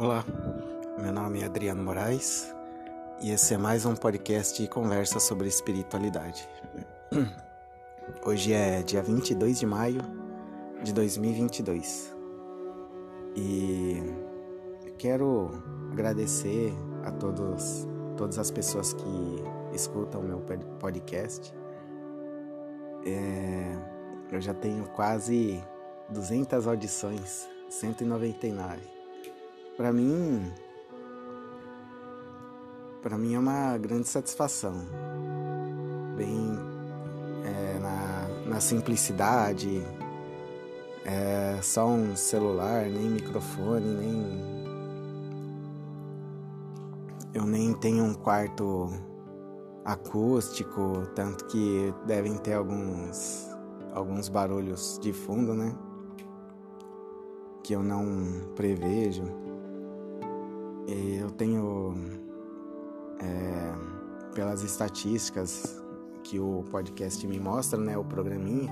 Olá, meu nome é Adriano Moraes e esse é mais um podcast de conversa sobre espiritualidade. Hoje é dia 22 de maio de 2022 e quero agradecer a todas as pessoas que escutam o meu podcast. Eu já tenho quase 200 audições, 199. Para mim é uma grande satisfação, bem na simplicidade, só um celular, nem microfone, eu nem tenho um quarto acústico, tanto que devem ter alguns barulhos de fundo, né, que eu não prevejo. Eu tenho, pelas estatísticas que o podcast me mostra, né, o programinha,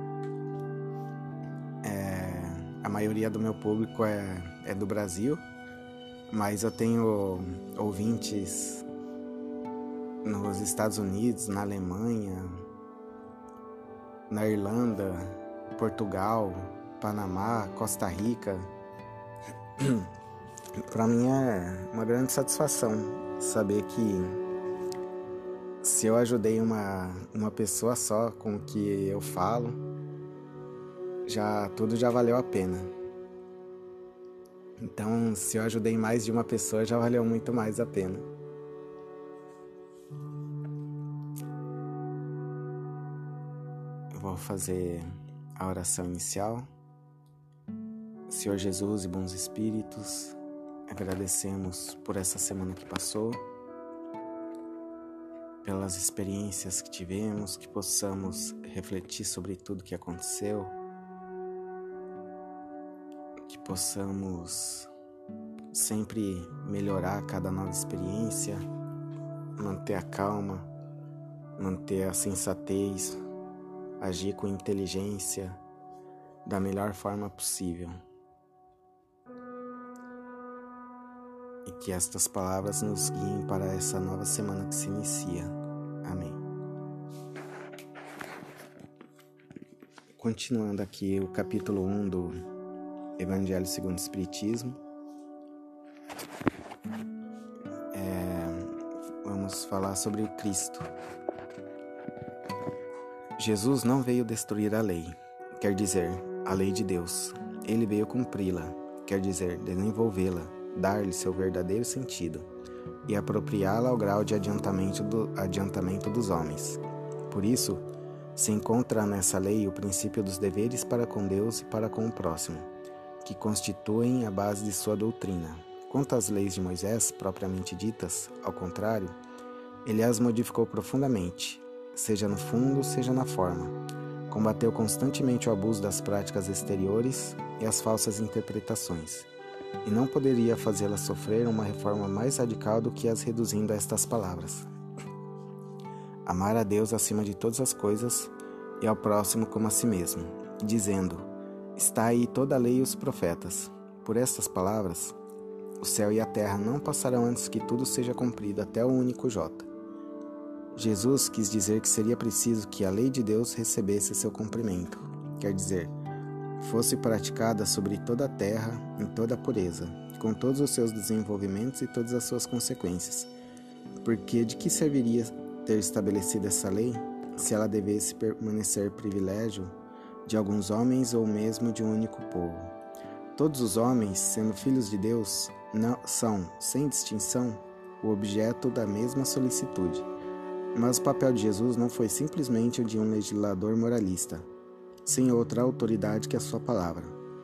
a maioria do meu público é do Brasil, mas eu tenho ouvintes nos Estados Unidos, na Alemanha, na Irlanda, Portugal, Panamá, Costa Rica. Para mim é uma grande satisfação saber que se eu ajudei uma pessoa só com o que eu falo, tudo já valeu a pena. Então, se eu ajudei mais de uma pessoa, já valeu muito mais a pena. Eu vou fazer a oração inicial. Senhor Jesus e bons espíritos, agradecemos por essa semana que passou, pelas experiências que tivemos, que possamos refletir sobre tudo que aconteceu, que possamos sempre melhorar cada nova experiência, manter a calma, manter a sensatez, agir com inteligência da melhor forma possível. E que estas palavras nos guiem para essa nova semana que se inicia. Amém. Continuando aqui o capítulo 1 do Evangelho segundo o Espiritismo. Vamos falar sobre Cristo. Jesus não veio destruir a lei, quer dizer, a lei de Deus. Ele veio cumpri-la, quer dizer, desenvolvê-la, dar-lhe seu verdadeiro sentido e apropriá-la ao grau de adiantamento dos homens. Por isso, se encontra nessa lei o princípio dos deveres para com Deus e para com o próximo, que constituem a base de sua doutrina. Quanto às leis de Moisés, propriamente ditas, ao contrário, ele as modificou profundamente, seja no fundo, seja na forma. Combateu constantemente o abuso das práticas exteriores e as falsas interpretações, e não poderia fazê-las sofrer uma reforma mais radical do que as reduzindo a estas palavras: amar a Deus acima de todas as coisas e ao próximo como a si mesmo, dizendo: está aí toda a lei e os profetas. Por estas palavras, o céu e a terra não passarão antes que tudo seja cumprido até o único J. Jesus quis dizer que seria preciso que a lei de Deus recebesse seu cumprimento, quer dizer, fosse praticada sobre toda a terra, em toda a pureza, com todos os seus desenvolvimentos e todas as suas consequências. Porque de que serviria ter estabelecido essa lei, se ela devesse permanecer privilégio de alguns homens ou mesmo de um único povo? Todos os homens, sendo filhos de Deus, são, sem distinção, o objeto da mesma solicitude. Mas o papel de Jesus não foi simplesmente o de um legislador moralista, sem outra autoridade que a sua palavra.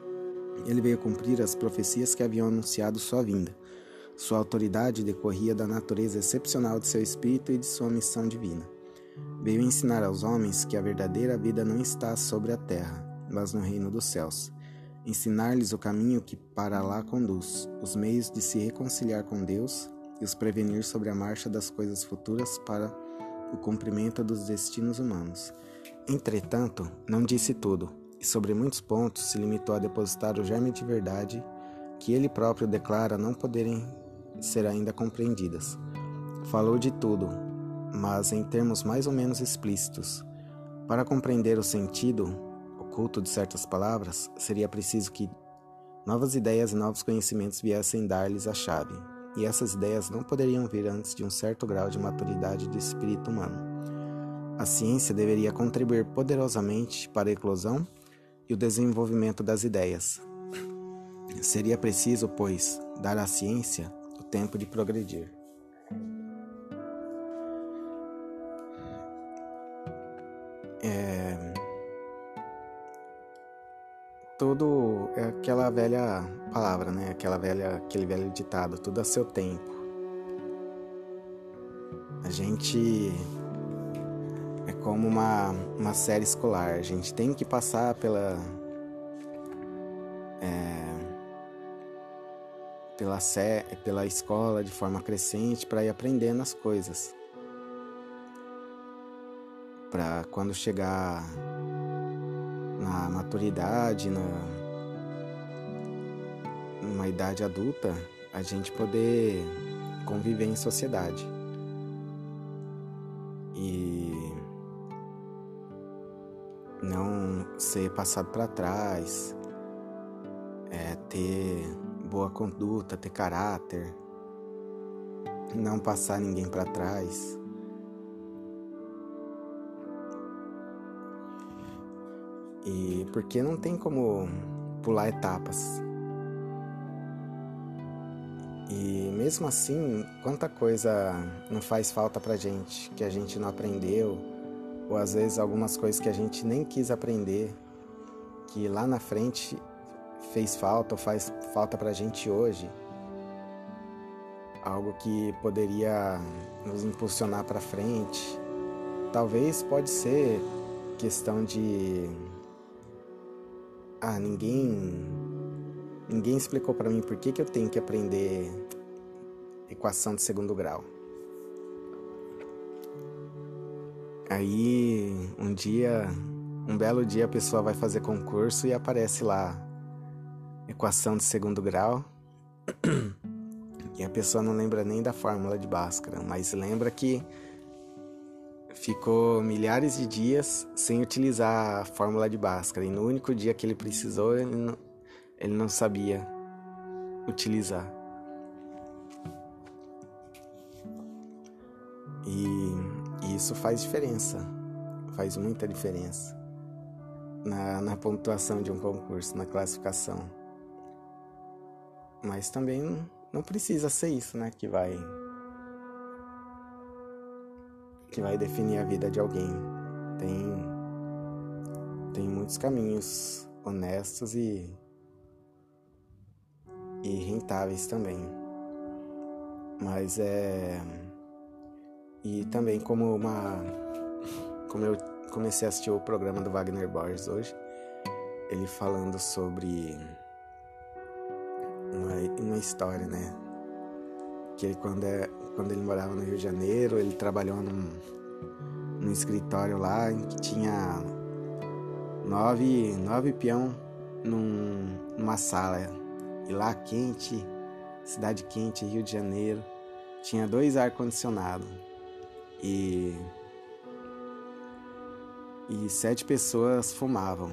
Ele veio cumprir as profecias que haviam anunciado sua vinda. Sua autoridade decorria da natureza excepcional de seu espírito e de sua missão divina. Veio ensinar aos homens que a verdadeira vida não está sobre a terra, mas no reino dos céus. Ensinar-lhes o caminho que para lá conduz, os meios de se reconciliar com Deus e os prevenir sobre a marcha das coisas futuras para o cumprimento dos destinos humanos. Entretanto, não disse tudo, e sobre muitos pontos se limitou a depositar o germe de verdade que ele próprio declara não poderem ser ainda compreendidas. Falou de tudo, mas em termos mais ou menos explícitos. Para compreender o sentido oculto de certas palavras, seria preciso que novas ideias e novos conhecimentos viessem dar-lhes a chave, e essas ideias não poderiam vir antes de um certo grau de maturidade do espírito humano. A ciência deveria contribuir poderosamente para a eclosão e o desenvolvimento das ideias. Seria preciso, pois, dar à ciência o tempo de progredir. Tudo é aquela velha palavra, né? Aquele velho ditado, tudo a seu tempo. A gente é como uma série escolar, a gente tem que passar pela escola de forma crescente para ir aprendendo as coisas. Para quando chegar na maturidade, numa idade adulta, a gente poder conviver em sociedade. E não ser passado para trás, ter boa conduta, ter caráter, não passar ninguém para trás. E porque não tem como pular etapas. E mesmo assim, quanta coisa não faz falta pra gente, que a gente não aprendeu, ou às vezes algumas coisas que a gente nem quis aprender, que lá na frente fez falta ou faz falta pra gente hoje. Algo que poderia nos impulsionar pra frente. Talvez pode ser questão de... Ninguém explicou pra mim por que eu tenho que aprender equação de segundo grau. Aí, um belo dia a pessoa vai fazer concurso e aparece lá equação de segundo grau e a pessoa não lembra nem da fórmula de Bhaskara, mas lembra que ficou milhares de dias sem utilizar a fórmula de Bhaskara, e no único dia que ele precisou, ele não sabia utilizar. E isso faz diferença, faz muita diferença na pontuação de um concurso, na classificação. Mas também não precisa ser isso, né, que vai definir a vida de alguém. Tem muitos caminhos honestos e rentáveis também. Mas e também como eu comecei a assistir o programa do Wagner Borges hoje, ele falando sobre uma história, né? Que ele, quando ele morava no Rio de Janeiro, ele trabalhou num escritório lá em que tinha 9 peão numa sala. E lá quente, cidade quente, Rio de Janeiro, tinha 2 ar-condicionados. E 7 pessoas fumavam.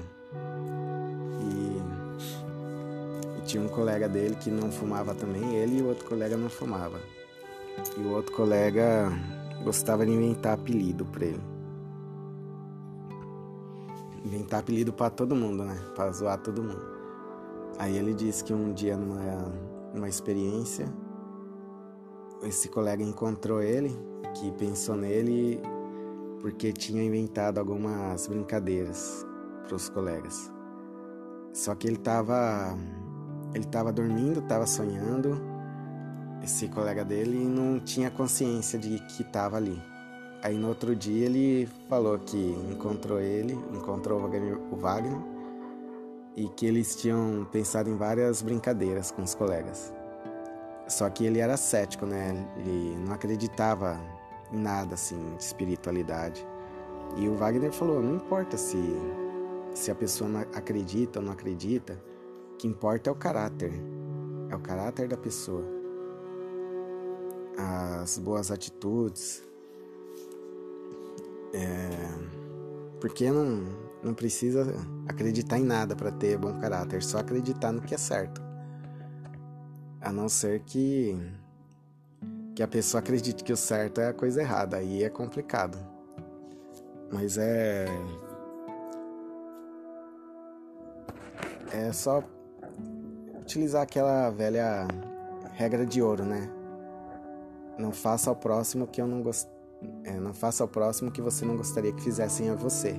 E tinha um colega dele que não fumava também, ele e o outro colega não fumava. E o outro colega gostava de inventar apelido pra ele. Inventar apelido pra todo mundo, né? Pra zoar todo mundo. Aí ele disse que um dia numa experiência, esse colega encontrou ele, que pensou nele porque tinha inventado algumas brincadeiras para os colegas. Só que ele estava dormindo, estava sonhando, esse colega dele, e não tinha consciência de que estava ali. Aí no outro dia ele falou que encontrou o Wagner e que eles tinham pensado em várias brincadeiras com os colegas. Só que ele era cético, né? Ele não acreditava em nada assim de espiritualidade. E o Wagner falou, não importa se a pessoa não acredita ou não acredita, o que importa é o caráter. é o caráter da pessoa, as boas atitudes. Porque não precisa acreditar em nada para ter bom caráter, só acreditar no que é certo. A não ser que a pessoa acredite que o certo é a coisa errada, aí é complicado. Mas é só utilizar aquela velha regra de ouro, né? Não faça ao próximo que eu não não faça ao próximo que você não gostaria que fizessem a você.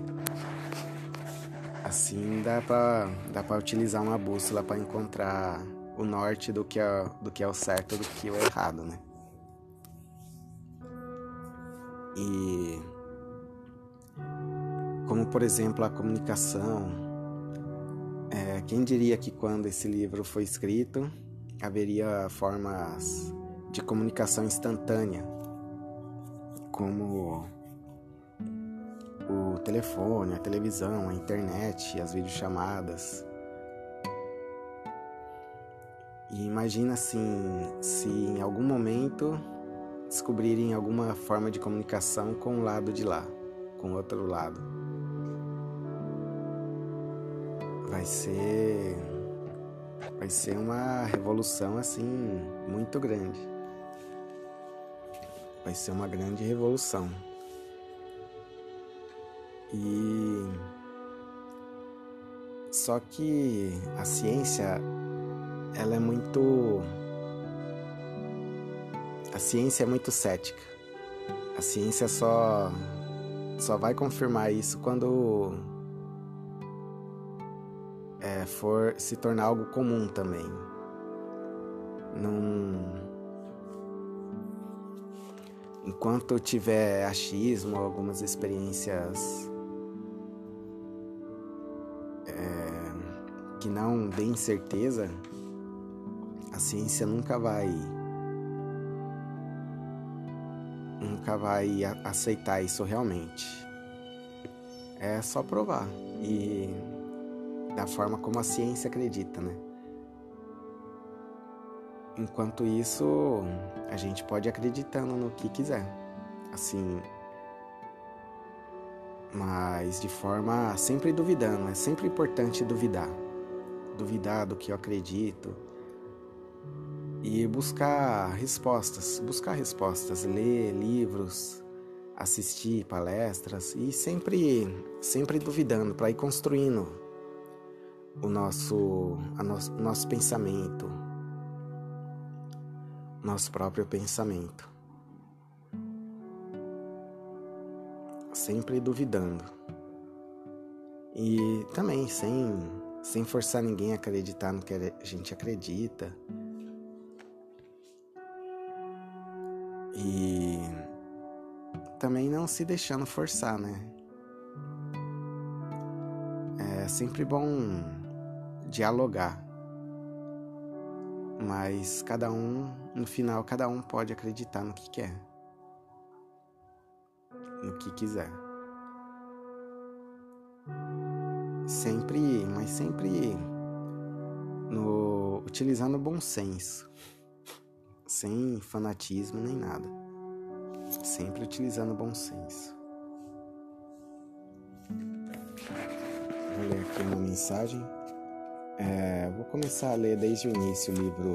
Assim dá pra utilizar uma bússola para encontrar o norte do que é o certo do que é o errado, né? E como, por exemplo, a comunicação. Quem diria que quando esse livro foi escrito, haveria formas de comunicação instantânea, como o telefone, a televisão, a internet, as videochamadas. E imagina assim, se em algum momento descobrirem alguma forma de comunicação com o lado de lá, com o outro lado. Vai ser uma revolução assim muito grande. Vai ser uma grande revolução. E só que a ciência, ela é muito cética. A ciência só vai confirmar isso quando for se tornar algo comum também. Enquanto tiver achismo, algumas experiências que não deem certeza, a ciência nunca vai aceitar isso realmente. É só provar e da forma como a ciência acredita, né? Enquanto isso, a gente pode ir acreditando no que quiser, assim, mas de forma sempre duvidando. É sempre importante duvidar do que eu acredito e buscar respostas, ler livros, assistir palestras e sempre duvidando para ir construindo o nosso pensamento, nosso próprio pensamento, sempre duvidando e também sem forçar ninguém a acreditar no que a gente acredita. E também não se deixando forçar, né? É sempre bom dialogar, mas no final, cada um pode acreditar no que quer, no que quiser. Sempre utilizando o bom senso, sem fanatismo nem nada. Sempre utilizando o bom senso. Vou ler aqui uma mensagem. Vou começar a ler desde o início o livro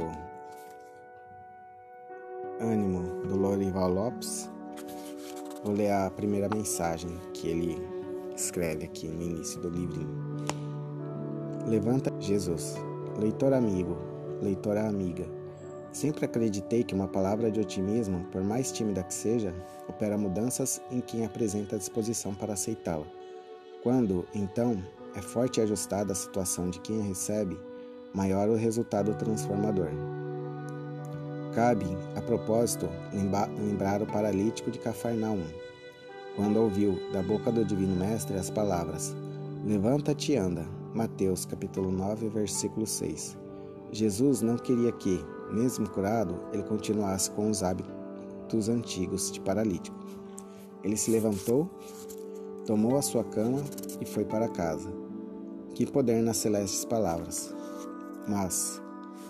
Ânimo, do Lorival Lopes. Vou ler a primeira mensagem que ele escreve aqui no início do livrinho. Levanta, Jesus. Leitor amigo, leitora amiga. Sempre acreditei que uma palavra de otimismo, por mais tímida que seja, opera mudanças em quem apresenta disposição para aceitá-la. Quando, então, é forte e ajustada a situação de quem a recebe, maior o resultado transformador. Cabe, a propósito, lembrar o paralítico de Cafarnaum, quando ouviu da boca do Divino Mestre as palavras: Levanta-te e anda. Mateus capítulo 9, versículo 6. Jesus não queria que, mesmo curado, ele continuasse com os hábitos antigos de paralítico. Ele se levantou, tomou a sua cama e foi para casa. Que poder nas celestes palavras! Mas,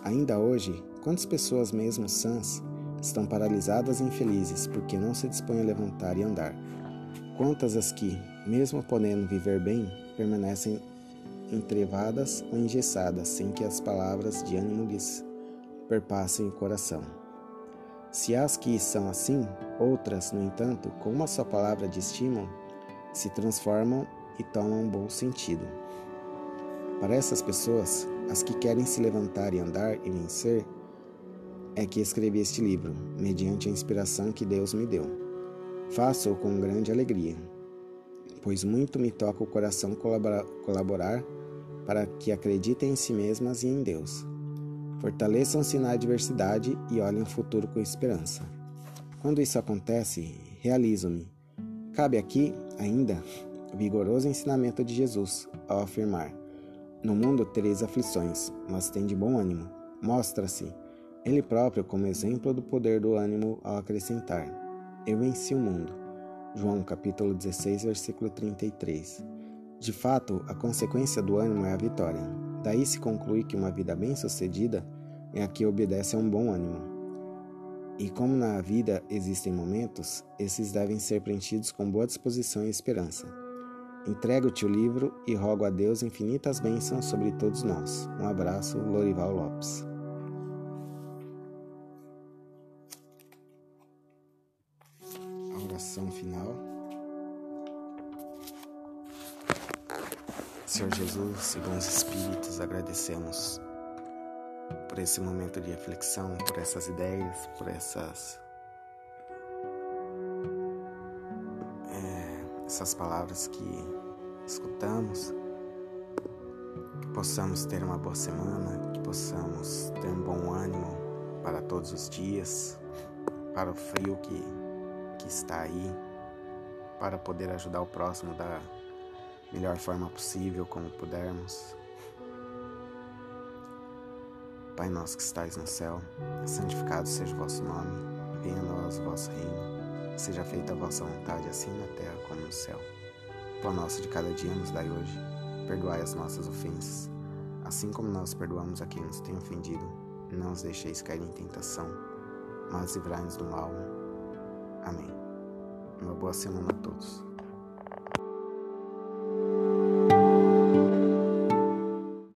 Ainda hoje, quantas pessoas mesmo sãs estão paralisadas e infelizes porque não se dispõem a levantar e andar? Quantas as que, mesmo podendo viver bem, permanecem entrevadas ou engessadas sem que as palavras de ânimo lhes perpassem o coração? Se há as que são assim, outras, no entanto, com uma só palavra de estímulo, se transformam e tomam um bom sentido. Para essas pessoas, as que querem se levantar e andar e vencer, é que escrevi este livro, mediante a inspiração que Deus me deu. Faço-o com grande alegria, pois muito me toca o coração colaborar para que acreditem em si mesmas e em Deus. Fortaleçam-se na adversidade e olhem o futuro com esperança. Quando isso acontece, realizo-me. Cabe aqui, ainda, o vigoroso ensinamento de Jesus, ao afirmar: no mundo tereis aflições, mas tende bom ânimo. Mostra-se Ele próprio como exemplo do poder do ânimo ao acrescentar: eu venci o mundo. João capítulo 16, versículo 33. De fato, a consequência do ânimo é a vitória. Daí se conclui que uma vida bem-sucedida é a que obedece a um bom ânimo. E como na vida existem momentos, esses devem ser preenchidos com boa disposição e esperança. Entrego-te o livro e rogo a Deus infinitas bênçãos sobre todos nós. Um abraço, Lorival Lopes. A oração final. Senhor Jesus e bons espíritos, agradecemos por esse momento de reflexão, por essas ideias, por essas palavras que escutamos, que possamos ter uma boa semana, que possamos ter um bom ânimo para todos os dias, para o frio que está aí, para poder ajudar o próximo da melhor forma possível, como pudermos. Pai nosso que estais no céu, santificado seja o vosso nome, venha a nós o vosso reino, seja feita a vossa vontade, assim na terra como no céu. O pão nosso de cada dia nos dai hoje, perdoai as nossas ofensas, assim como nós perdoamos a quem nos tem ofendido. Não os deixeis cair em tentação, mas livrai-nos do mal. Amém. Uma boa semana a todos.